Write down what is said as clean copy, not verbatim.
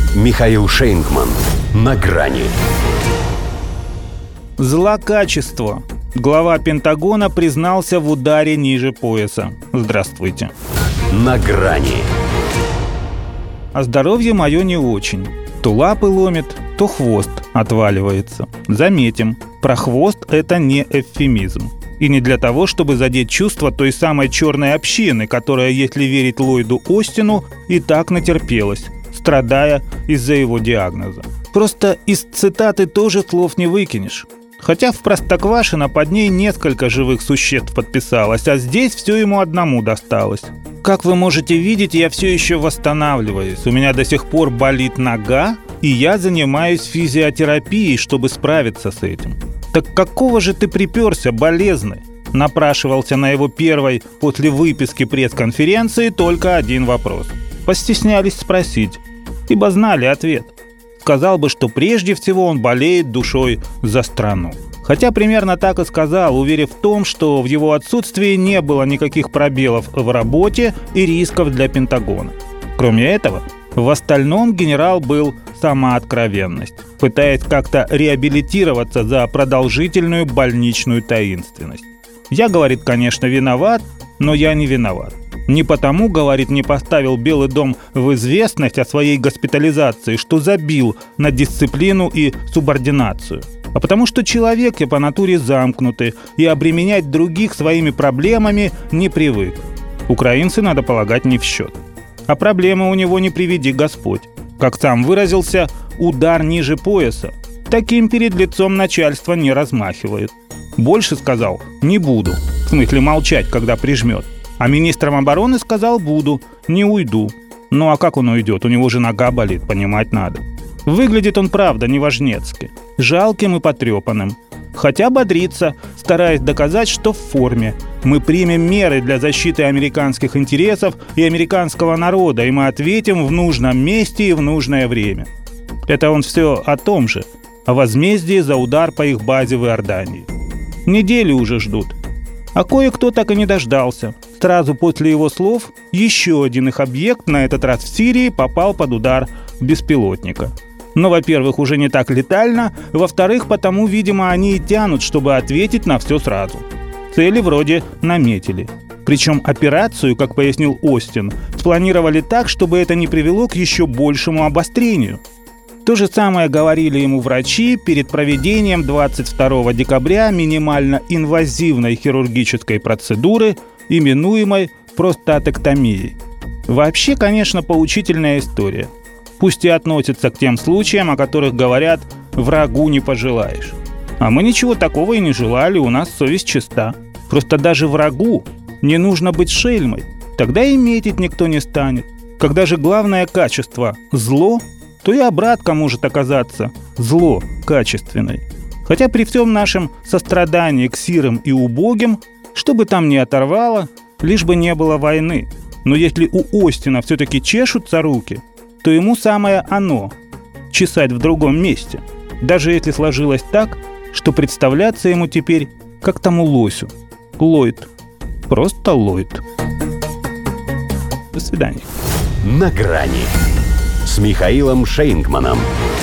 Михаил Шейнгман. На грани. Злокачество. Глава Пентагона признался в ударе ниже пояса. Здравствуйте. На грани. А здоровье мое не очень. То лапы ломит, то хвост отваливается. Заметим, про хвост это не эвфемизм. И не для того, чтобы задеть чувства той самой черной общины, которая, если верить Ллойду Остину, и так натерпелась, страдая из-за его диагноза. Просто из цитаты тоже слов не выкинешь. Хотя в Простоквашино под ней несколько живых существ подписалось, а здесь все ему одному досталось. Как вы можете видеть, я все еще восстанавливаюсь. У меня до сих пор болит нога, и я занимаюсь физиотерапией, чтобы справиться с этим. «Так какого же ты приперся, болезный?» Напрашивался на его первой после выписки пресс-конференции только один вопрос. Постеснялись спросить, ибо знали ответ. Сказал бы, что прежде всего он болеет душой за страну. Хотя примерно так и сказал, уверив в том, что в его отсутствии не было никаких пробелов в работе и рисков для Пентагона. Кроме этого, в остальном генерал был сама откровенность, пытаясь как-то реабилитироваться за продолжительную больничную таинственность. «Я, — говорит, — конечно, виноват, но я не виноват. Не потому, — говорит, — не поставил Белый дом в известность о своей госпитализации, что забил на дисциплину и субординацию, а потому что человек я по натуре замкнутый и обременять других своими проблемами не привык. Украинцы, надо полагать, не в счет. А проблемы у него не приведи Господь. Как сам выразился, удар ниже пояса. Таким перед лицом начальства не размахивает. Больше сказал «не буду», в смысле молчать, когда прижмет. А министром обороны сказал «буду», не уйду. Ну а как он уйдет? У него же нога болит, понимать надо. Выглядит он, правда, неважнецки, жалким и потрепанным. Хотя бодрится, стараясь доказать, что в форме. Мы примем меры для защиты американских интересов и американского народа, и мы ответим в нужном месте и в нужное время. Это он все о том же, о возмездии за удар по их базе в Иордании. Недели уже ждут. А кое-кто так и не дождался. Сразу после его слов еще один их объект, на этот раз в Сирии, попал под удар беспилотника. Но, во-первых, уже не так летально, во-вторых, потому, видимо, они и тянут, чтобы ответить на все сразу. Цели вроде наметили. Причем операцию, как пояснил Остин, спланировали так, чтобы это не привело к еще большему обострению. То же самое говорили ему врачи перед проведением 22 декабря минимально инвазивной хирургической процедуры, именуемой простатэктомией. Вообще, конечно, поучительная история. Пусть и относится к тем случаям, о которых говорят «врагу не пожелаешь». А мы ничего такого и не желали, у нас совесть чиста. Просто даже врагу не нужно быть шельмой, тогда и метить никто не станет. Когда же главное качество – зло, то и обратка может оказаться зло качественной. Хотя при всем нашем сострадании к сирым и убогим, что бы там ни оторвало, лишь бы не было войны. Но если у Остина все-таки чешутся руки, то ему самое оно – чесать в другом месте, даже если сложилось так, что представляться ему теперь как тому лосю. Ллойд. Просто Ллойд. До свидания. На грани с Михаилом Шейнгманом.